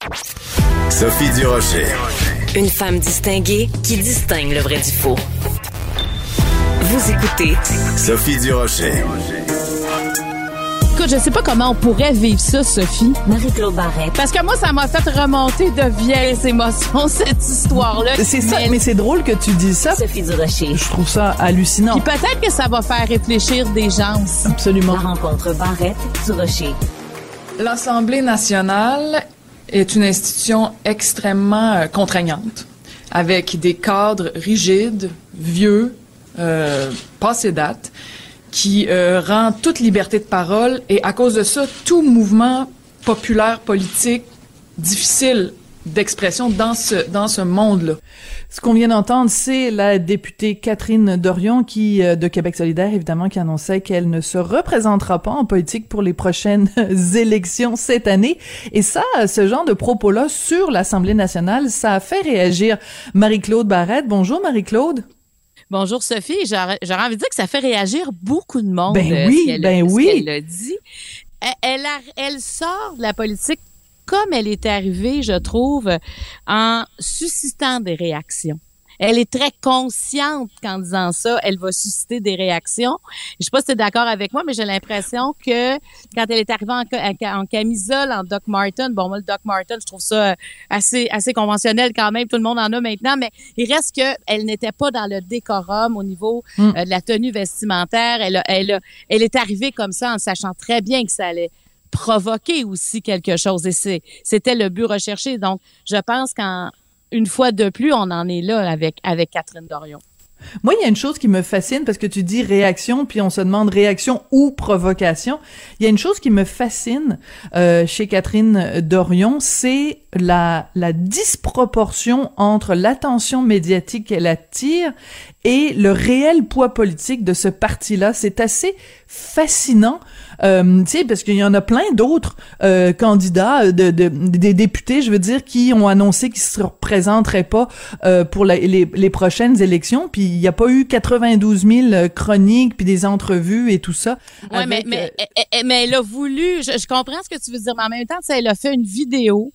Sophie Durocher. Une femme distinguée qui distingue le vrai du faux. Vous écoutez Sophie Durocher. Écoute, je sais pas comment on pourrait vivre ça, Sophie. Marie-Claude Barrette. Parce que moi, ça m'a fait remonter de vieilles émotions, cette histoire-là. C'est ça, mais c'est drôle que tu dis ça. Sophie Durocher. Je trouve ça hallucinant. Puis peut-être que ça va faire réfléchir des gens aussi. Absolument. La rencontre Barrette-Durocher. L'Assemblée nationale est une institution extrêmement contraignante, avec des cadres rigides, vieux, passés date, qui rend toute liberté de parole et à cause de ça, tout mouvement populaire politique difficile d'expression dans ce monde-là. Ce qu'on vient d'entendre, c'est la députée Catherine Dorion qui de Québec solidaire, évidemment, qui annonçait qu'elle ne se représentera pas en politique pour les prochaines élections cette année. Et ça, ce genre de propos-là sur l'Assemblée nationale, ça a fait réagir Marie-Claude Barrette. Bonjour Marie-Claude. Bonjour Sophie, j'aurais envie de dire que ça fait réagir beaucoup de monde. Ben oui, ce qu'elle a dit. Elle sort de la politique comme elle est arrivée, je trouve, en suscitant des réactions. Elle est très consciente qu'en disant ça, elle va susciter des réactions. Je sais pas si tu es d'accord avec moi, mais j'ai l'impression que quand elle est arrivée en camisole, en Doc Martens, bon, moi, le Doc Martens, je trouve ça assez conventionnel quand même. Tout le monde en a maintenant, mais il reste que elle n'était pas dans le décorum au niveau de la tenue vestimentaire. Elle est arrivée comme ça en sachant très bien que ça allait provoquer aussi quelque chose. Et c'était le but recherché. Donc, je pense qu'une fois de plus, on en est là avec Catherine Dorion. Moi, il y a une chose qui me fascine parce que tu dis réaction, puis on se demande réaction ou provocation. Il y a une chose qui me fascine chez Catherine Dorion, c'est la disproportion entre l'attention médiatique qu'elle attire et le réel poids politique de ce parti-là. C'est assez fascinant, tu sais, parce qu'il y en a plein d'autres candidats, des députés, je veux dire, qui ont annoncé qu'ils se représenteraient pas pour les prochaines élections, puis il y a pas eu 92 000 chroniques puis des entrevues et tout ça. Oui, avec, mais elle a voulu, je comprends ce que tu veux dire, mais en même temps, elle a fait une vidéo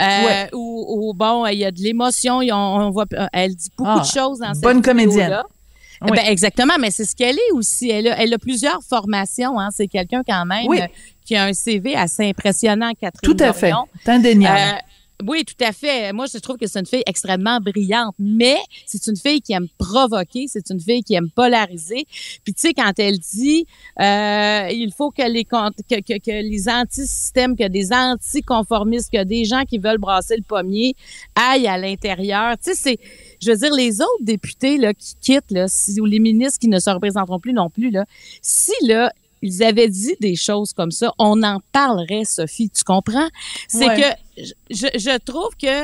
où bon, il y a de l'émotion, on voit, elle dit beaucoup de choses dans cette bonne vidéo-là. Comédienne. Oui. Ben exactement, mais c'est ce qu'elle est aussi. Elle a plusieurs formations. Hein. C'est quelqu'un quand même qui a un CV assez impressionnant, Catherine Dorion. Tout à fait, c'est indéniable. Oui, tout à fait. Moi, je trouve que c'est une fille extrêmement brillante, mais c'est une fille qui aime provoquer, c'est une fille qui aime polariser. Puis tu sais, quand elle dit il faut que les anti-systèmes, que des anticonformistes, que des gens qui veulent brasser le pommier aillent à l'intérieur. Tu sais, je veux dire, les autres députés là qui quittent là, ou les ministres qui ne se représenteront plus non plus là, si là ils avaient dit des choses comme ça, on en parlerait, Sophie, tu comprends? C'est que je trouve que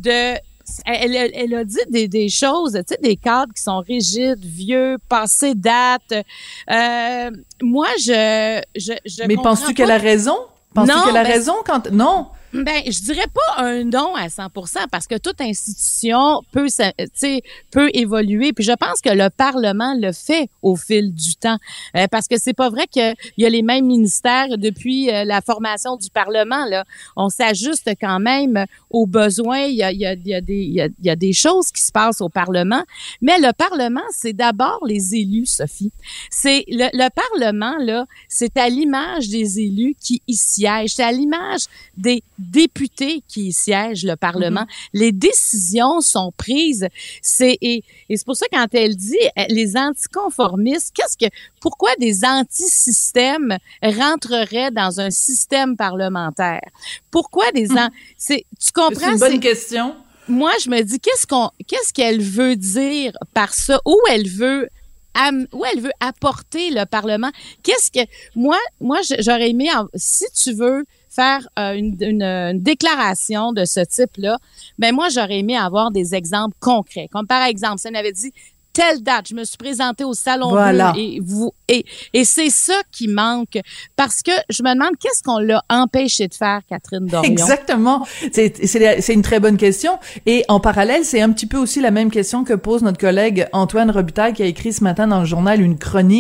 elle a dit des choses, tu sais, des cadres qui sont rigides, vieux, passés date. Moi, je mais penses-tu qu'elle a raison? Penses-tu qu'elle a raison quand... Non! Ben, je dirais pas un non à 100% parce que toute institution peut évoluer. Puis je pense que le Parlement le fait au fil du temps. Parce que c'est pas vrai qu'il y a les mêmes ministères depuis la formation du Parlement, là. On s'ajuste quand même aux besoins. Il y a des choses qui se passent au Parlement. Mais le Parlement, c'est d'abord les élus, Sophie. C'est le Parlement, là, c'est à l'image des élus qui y siègent. C'est à l'image des députés qui y siègent, le Parlement. Les décisions sont prises. Et c'est pour ça, quand elle dit les anticonformistes, pourquoi des antisystèmes rentreraient dans un système parlementaire? Pourquoi tu comprends? C'est une bonne question. Moi, je me dis, qu'est-ce qu'elle veut dire par ça? Où elle veut apporter le Parlement? Moi, j'aurais aimé, si tu veux faire une déclaration de ce type-là, ben moi, j'aurais aimé avoir des exemples concrets. Comme par exemple, si elle m'avait dit telle date, je me suis présentée au Salon Bleu et c'est ça qui manque parce que je me demande qu'est-ce qu'on l'a empêché de faire, Catherine Dorion. Exactement. C'est une très bonne question et en parallèle, c'est un petit peu aussi la même question que pose notre collègue Antoine Robitaille qui a écrit ce matin dans le journal une chronique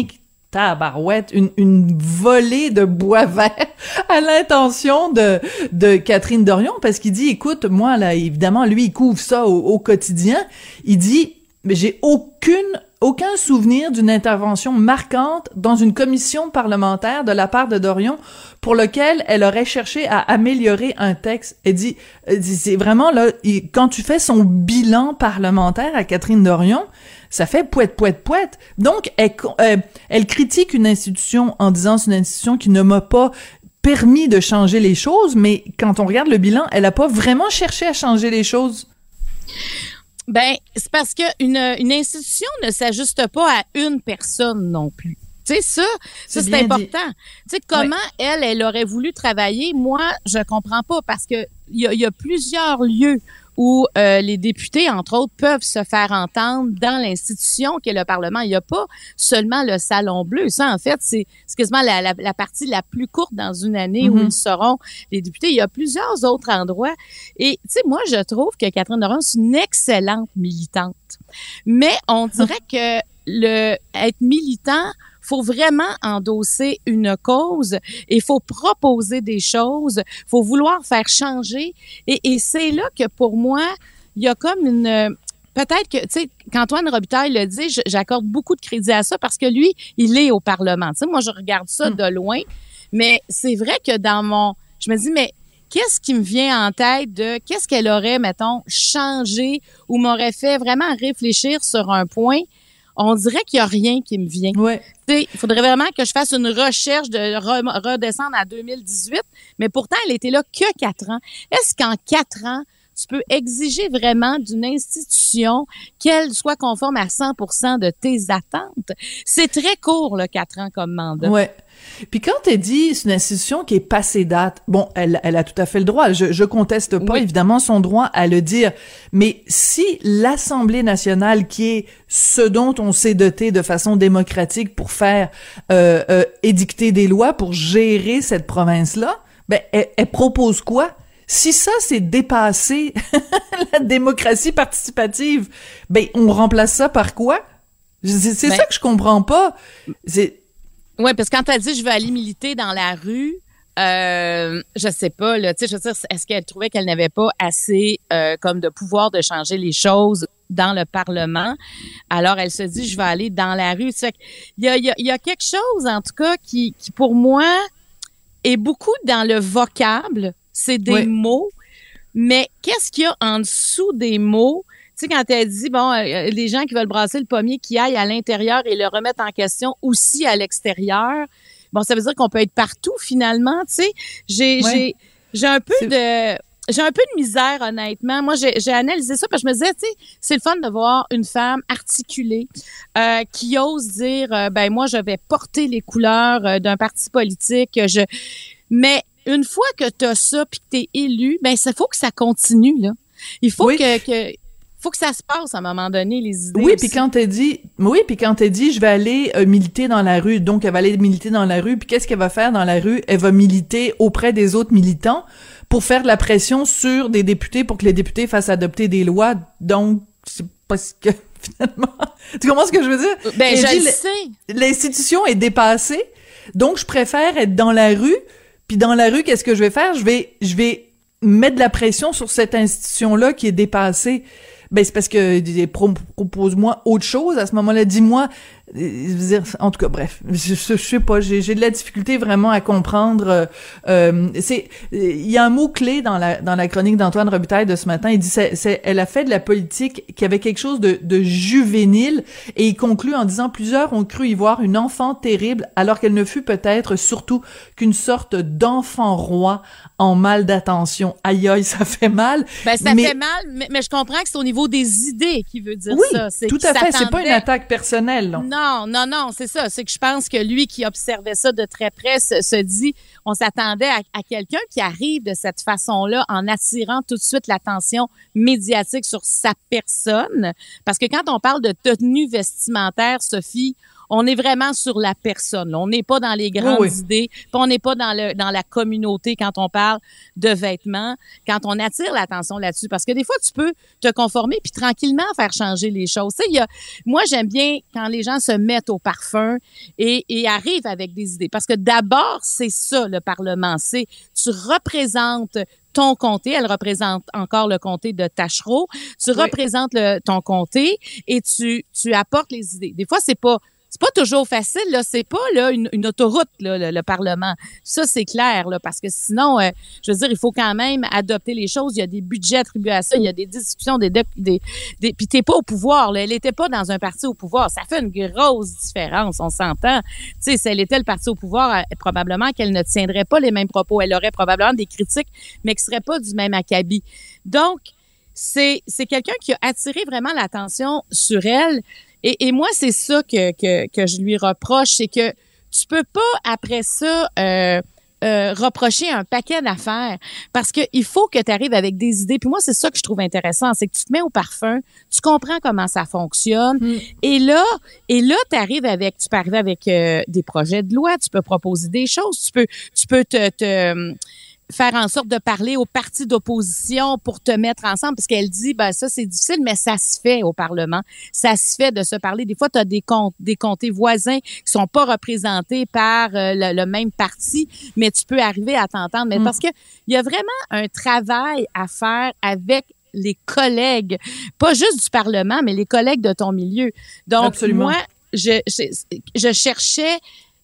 tabarouette, une volée de bois vert à l'intention de Catherine Dorion, parce qu'il dit, écoute, moi, là, évidemment, lui, il couvre ça au quotidien. Il dit, mais j'ai aucun souvenir d'une intervention marquante dans une commission parlementaire de la part de Dorion pour lequel elle aurait cherché à améliorer un texte. Elle dit c'est vraiment là, quand tu fais son bilan parlementaire à Catherine Dorion, ça fait pouette. Donc, elle critique une institution en disant c'est une institution qui ne m'a pas permis de changer les choses, mais quand on regarde le bilan, elle a pas vraiment cherché à changer les choses. Ben, c'est parce que une institution ne s'ajuste pas à une personne non plus. Tu sais, ça c'est important. Tu sais, comment elle aurait voulu travailler, moi, je comprends pas, parce que il y a plusieurs lieux où les députés, entre autres, peuvent se faire entendre dans l'institution qu'est le Parlement. Il n'y a pas seulement le Salon Bleu. Ça, en fait, c'est quasiment la partie la plus courte dans une année où ils seront les députés. Il y a plusieurs autres endroits. Et, tu sais, moi, je trouve que Catherine Dorion, c'est une excellente militante. Mais on dirait que être militant, faut vraiment endosser une cause, il faut proposer des choses, faut vouloir faire changer. Et c'est là que, pour moi, il y a comme peut-être que, tu sais, qu'Antoine Robitaille le dit, j'accorde beaucoup de crédit à ça parce que lui, il est au Parlement. Tu sais, moi, je regarde ça de loin, mais c'est vrai que je me dis, mais qu'est-ce qui me vient en tête qu'est-ce qu'elle aurait, mettons, changé ou m'aurait fait vraiment réfléchir sur un point? On dirait qu'il n'y a rien qui me vient. Ouais. Il faudrait vraiment que je fasse une recherche de redescendre à 2018, mais pourtant, elle était là que 4 ans. Est-ce qu'en 4 ans, tu peux exiger vraiment d'une institution qu'elle soit conforme à 100% de tes attentes? C'est très court, là, 4 ans comme mandat. Ouais. Puis quand elle dit c'est une institution qui est passée date, bon, elle a tout à fait le droit. Je conteste pas évidemment son droit à le dire. Mais si l'Assemblée nationale, qui est ce dont on s'est doté de façon démocratique pour faire édicter des lois pour gérer cette province-là, ben elle propose quoi? Si ça, c'est dépasser la démocratie participative, ben on remplace ça par quoi? C'est ça que je comprends pas. Oui, parce que quand elle dit « je veux aller militer dans la rue », je sais pas, là, tu sais, je veux dire, est-ce qu'elle trouvait qu'elle n'avait pas assez comme de pouvoir de changer les choses dans le Parlement? Alors, elle se dit « je vais aller dans la rue ». Il y a quelque chose, en tout cas, qui pour moi, est beaucoup dans le vocable. C'est des mots, mais qu'est-ce qu'il y a en dessous des mots? Tu sais, quand elle dit, bon, les gens qui veulent brasser le pommier, qui aillent à l'intérieur et le remettre en question aussi à l'extérieur, bon, ça veut dire qu'on peut être partout, finalement, tu sais. J'ai un peu de misère, honnêtement. Moi, j'ai analysé ça parce que je me disais, tu sais, c'est le fun de voir une femme articulée qui ose dire, ben moi, je vais porter les couleurs d'un parti politique. Mais une fois que tu as ça puis que tu es élu, ben il faut que ça continue, là. Il faut faut que ça se passe à un moment donné, les idées. Oui, puis quand elle dit, je vais aller militer dans la rue, donc elle va aller militer dans la rue, puis qu'est-ce qu'elle va faire dans la rue? Elle va militer auprès des autres militants pour faire de la pression sur des députés pour que les députés fassent adopter des lois. Donc, c'est parce que finalement, tu comprends ce que je veux dire? Ben, je le sais. L'institution est dépassée, donc je préfère être dans la rue. Puis dans la rue, qu'est-ce que je vais faire? Je vais mettre de la pression sur cette institution-là qui est dépassée. Ben, c'est parce que propose-moi autre chose à ce moment-là. Dis-moi, en tout cas, bref, je sais pas, j'ai de la difficulté vraiment à comprendre. Il y a un mot-clé dans la chronique d'Antoine Robitaille de ce matin. Il dit, elle a fait de la politique qui avait quelque chose de juvénile, et il conclut en disant, plusieurs ont cru y voir une enfant terrible, alors qu'elle ne fut peut-être surtout qu'une sorte d'enfant roi en mal d'attention. Aïe aïe, ça fait mal. Ben, ça fait mal, mais je comprends que c'est au niveau des idées qui veut dire ça. Oui, tout à fait. C'est pas une attaque personnelle, là. Non, c'est ça. C'est que je pense que lui qui observait ça de très près se dit, on s'attendait à quelqu'un qui arrive de cette façon-là en attirant tout de suite l'attention médiatique sur sa personne. Parce que quand on parle de tenue vestimentaire, Sophie, on est vraiment sur la personne. Là. On n'est pas dans les grandes idées, puis on n'est pas dans la communauté quand on parle de vêtements, quand on attire l'attention là-dessus. Parce que des fois, tu peux te conformer puis tranquillement faire changer les choses. Tu sais, moi, j'aime bien quand les gens se mettent au parfum et arrivent avec des idées. Parce que d'abord, c'est ça, le Parlement. C'est, tu représentes ton comté, elle représente encore le comté de Taschereau, tu représentes ton comté et tu apportes les idées. Des fois, c'est pas toujours facile, là. C'est pas, là, une autoroute, là, le Parlement. Ça, c'est clair, là, parce que sinon, je veux dire, il faut quand même adopter les choses. Il y a des budgets attribués à ça. Il y a des discussions, puis t'es pas au pouvoir, là. Elle était pas dans un parti au pouvoir. Ça fait une grosse différence. On s'entend. Tu sais, si elle était le parti au pouvoir, probablement qu'elle ne tiendrait pas les mêmes propos. Elle aurait probablement des critiques, mais qui seraient pas du même acabit. Donc, c'est quelqu'un qui a attiré vraiment l'attention sur elle. Et moi, c'est ça que je lui reproche, c'est que tu peux pas, après ça, reprocher un paquet d'affaires parce que il faut que tu arrives avec des idées. Puis moi, c'est ça que je trouve intéressant, c'est que tu te mets au parfum, tu comprends comment ça fonctionne et là tu peux arriver avec des projets de loi, tu peux proposer des choses, tu peux te faire en sorte de parler aux partis d'opposition pour te mettre ensemble, parce qu'elle dit, ben ça, c'est difficile, mais ça se fait au Parlement. Ça se fait de se parler. Des fois, tu as des comtés voisins qui sont pas représentés par le même parti, mais tu peux arriver à t'entendre. Mais parce que il y a vraiment un travail à faire avec les collègues, pas juste du Parlement, mais les collègues de ton milieu. Donc, absolument. Moi, je cherchais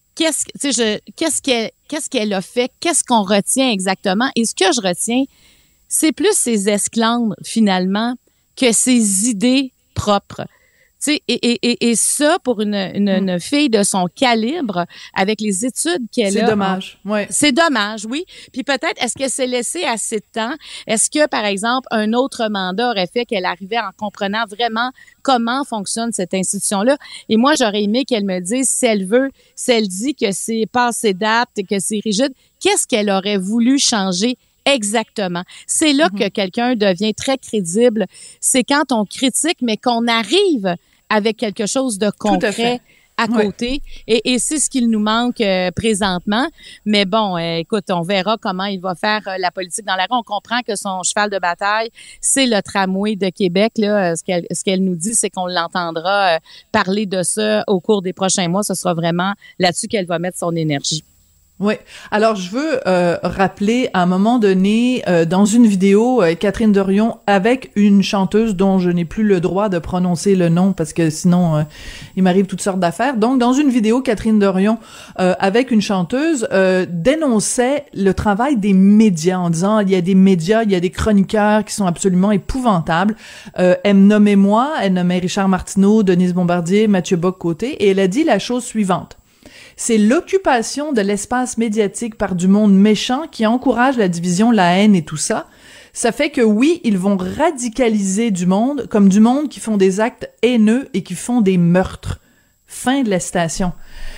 qu'est-ce qu'elle a fait, qu'est-ce qu'on retient exactement. Et ce que je retiens, c'est plus ses esclandres, finalement, que ses idées propres. Tu sais, et ça, pour une fille de son calibre, avec les études qu'elle a. C'est dommage, oui. C'est dommage, oui. Puis peut-être, est-ce qu'elle s'est laissée assez de temps? Est-ce que, par exemple, un autre mandat aurait fait qu'elle arrivait en comprenant vraiment comment fonctionne cette institution-là? Et moi, j'aurais aimé qu'elle me dise, si elle veut, si elle dit que c'est passé date et que c'est rigide, qu'est-ce qu'elle aurait voulu changer? Exactement. C'est là que quelqu'un devient très crédible. C'est quand on critique, mais qu'on arrive avec quelque chose de concret à côté. Et c'est ce qu'il nous manque présentement. Mais bon, écoute, on verra comment il va faire la politique dans la rue. On comprend que son cheval de bataille, c'est le tramway de Québec. Là, ce qu'elle nous dit, c'est qu'on l'entendra parler de ça au cours des prochains mois. Ce sera vraiment là-dessus qu'elle va mettre son énergie. Oui. Alors, je veux rappeler, à un moment donné, dans une vidéo, Catherine Dorion avec une chanteuse dont je n'ai plus le droit de prononcer le nom parce que sinon, il m'arrive toutes sortes d'affaires. Donc, dans une vidéo, Catherine Dorion avec une chanteuse dénonçait le travail des médias en disant, il y a des médias, il y a des chroniqueurs qui sont absolument épouvantables. Elle me nommait moi, elle nommait Richard Martineau, Denise Bombardier, Mathieu Bock-Côté, et elle a dit la chose suivante. C'est l'occupation de l'espace médiatique par du monde méchant qui encourage la division, la haine et tout ça. Ça fait que oui, ils vont radicaliser du monde, comme du monde qui font des actes haineux et qui font des meurtres. Fin de la citation.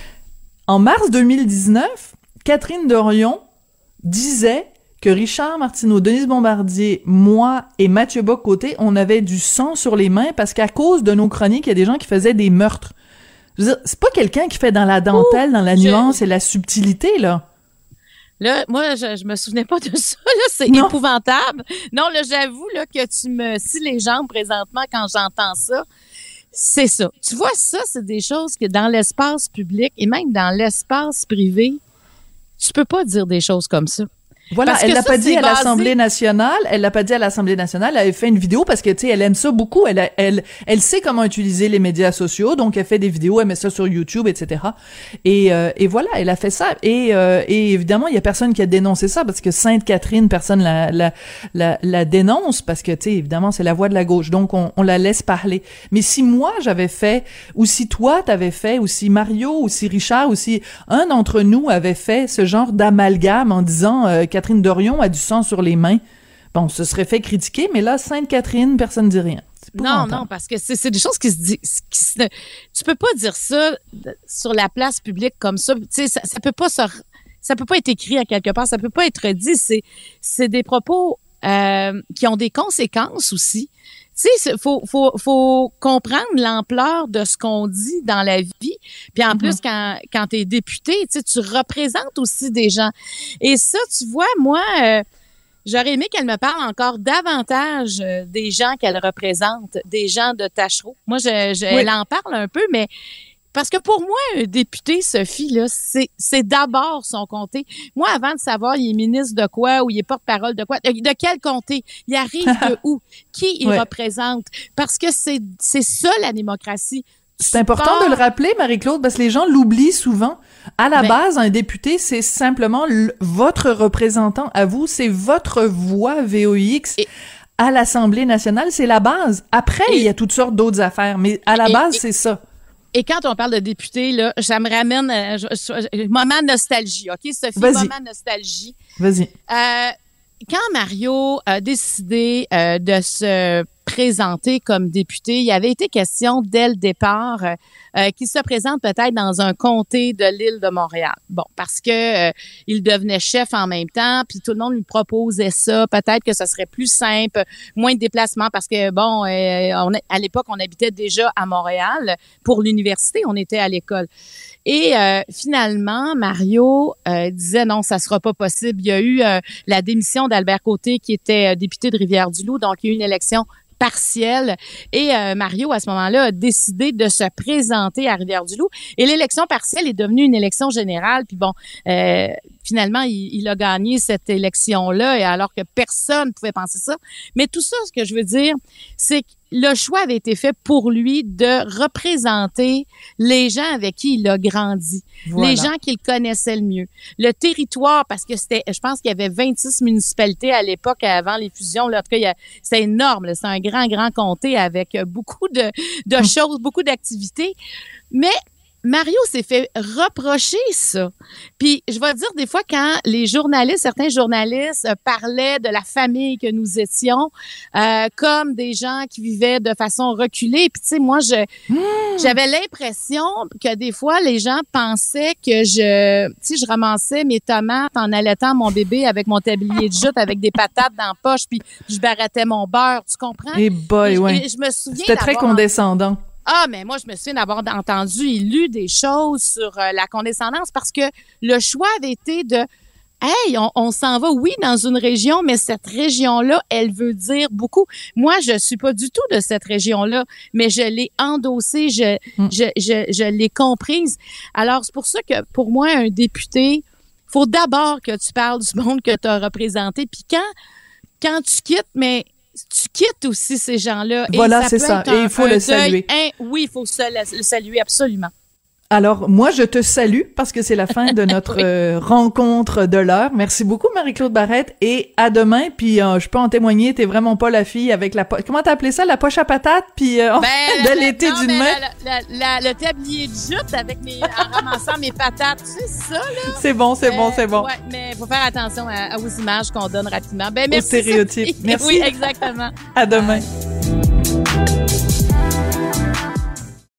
En mars 2019, Catherine Dorion disait que Richard Martineau, Denise Bombardier, moi et Mathieu Bock-Côté, on avait du sang sur les mains parce qu'à cause de nos chroniques, il y a des gens qui faisaient des meurtres. Je veux dire, c'est pas quelqu'un qui fait dans la dentelle, dans la nuance et la subtilité, là. Là, moi, je me souvenais pas de ça, là. C'est épouvantable. Non, là, j'avoue, là, que tu me scies les jambes présentement quand j'entends ça. C'est ça. Tu vois, ça, c'est des choses que dans l'espace public et même dans l'espace privé, tu peux pas dire des choses comme ça. Voilà, elle l'a pas dit à l'Assemblée nationale. Elle l'a pas dit à l'Assemblée nationale. Elle avait fait une vidéo parce que, tu sais, elle aime ça beaucoup. Elle sait comment utiliser les médias sociaux. Donc, elle fait des vidéos, elle met ça sur YouTube, etc. Et voilà, elle a fait ça. Et évidemment, il y a personne qui a dénoncé ça parce que Sainte-Catherine, personne la dénonce parce que, tu sais, évidemment, c'est la voix de la gauche. Donc, on la laisse parler. Mais si moi, j'avais fait, ou si toi, t'avais fait, ou si Mario, ou si Richard, ou si un d'entre nous avait fait ce genre d'amalgame en disant, Catherine Dorion a du sang sur les mains. Bon, ce serait fait critiquer, mais là, Sainte-Catherine, personne ne dit rien. Non, parce que c'est des choses qui se disent. Tu peux pas dire ça sur la place publique comme ça. Tu sais, ça peut pas être écrit à quelque part. Ça peut pas être dit. C'est des propos qui ont des conséquences aussi. Tu sais, faut comprendre l'ampleur de ce qu'on dit dans la vie. Puis en plus, quand t'es député, tu sais, tu représentes aussi des gens. Et ça, tu vois, moi, j'aurais aimé qu'elle me parle encore davantage des gens qu'elle représente, des gens de Tachereau. Moi, elle en parle un peu, mais parce que pour moi, un député, Sophie, là, c'est d'abord son comté. Moi, avant de savoir il est ministre de quoi ou il est porte-parole de quoi, de quel comté, il arrive de où, qui il représente, parce que c'est ça la démocratie. C'est important de le rappeler, Marie-Claude, parce que les gens l'oublient souvent. À la base, un député, c'est simplement votre représentant à vous, c'est votre voix VOX. À l'Assemblée nationale, c'est la base. Après, il y a toutes sortes d'autres affaires, mais à la base, c'est ça. Et quand on parle de député, là, ça me ramène moment nostalgie, OK, Sophie? Vas-y. Moment nostalgie. Vas-y. Quand Mario a décidé de se présenter comme député, il avait été question dès le départ qu'il se présente peut-être dans un comté de l'île de Montréal. Bon, parce que il devenait chef en même temps, puis tout le monde lui proposait ça. Peut-être que ce serait plus simple, moins de déplacements, parce que bon, à l'époque, on habitait déjà à Montréal pour l'université, on était à l'école. Et finalement, Mario disait non, ça sera pas possible. Il y a eu la démission d'Albert Côté, qui était député de Rivière-du-Loup, donc il y a eu une élection partielle. Et Mario, à ce moment-là, a décidé de se présenter à Rivière-du-Loup. Et l'élection partielle est devenue une élection générale. Puis bon, finalement, il a gagné cette élection-là, et alors que personne ne pouvait penser ça. Mais tout ça, ce que je veux dire, c'est que le choix avait été fait pour lui de représenter les gens avec qui il a grandi, les gens qu'il connaissait le mieux, le territoire, parce que je pense qu'il y avait 26 municipalités à l'époque avant les fusions. Là, en tout cas, c'est énorme. C'est un grand comté avec beaucoup de choses, beaucoup d'activités. Mais Mario s'est fait reprocher ça. Puis, je vais dire, des fois, quand certains journalistes parlaient de la famille que nous étions, comme des gens qui vivaient de façon reculée. Puis, tu sais, moi, j'avais l'impression que des fois, les gens pensaient que je ramassais mes tomates en allaitant mon bébé avec mon tablier de jute avec des patates dans la poche, puis je barattais mon beurre. Tu comprends? Et boy, ouais. Je me souviens C'était très condescendant. Ah, mais moi, je me souviens d'avoir entendu et lu des choses sur la condescendance, parce que le choix avait été de hey, on s'en va, oui, dans une région, mais cette région-là, elle veut dire beaucoup. Moi, je suis pas du tout de cette région-là, mais je l'ai endossée, je l'ai comprise. Alors, c'est pour ça que, pour moi, un député, faut d'abord que tu parles du monde que tu as représenté, puis quand tu quittes, mais tu quittes aussi ces gens-là. Voilà, c'est ça. Et il faut le saluer. Oui, il faut le saluer, absolument. Alors, moi, je te salue parce que c'est la fin de notre rencontre de l'heure. Merci beaucoup, Marie-Claude Barrette, et à demain. Puis, je peux en témoigner, t'es vraiment pas la fille avec la poche. Comment t'as appelé ça? La poche à patate? Puis, de l'été d'une main? Le tablier de jute en ramassant mes patates. Tu sais, ça, là? C'est bon. Ouais, mais faut faire attention aux images qu'on donne rapidement. Ben, merci. Aux stéréotypes. Merci. Oui, exactement. À demain.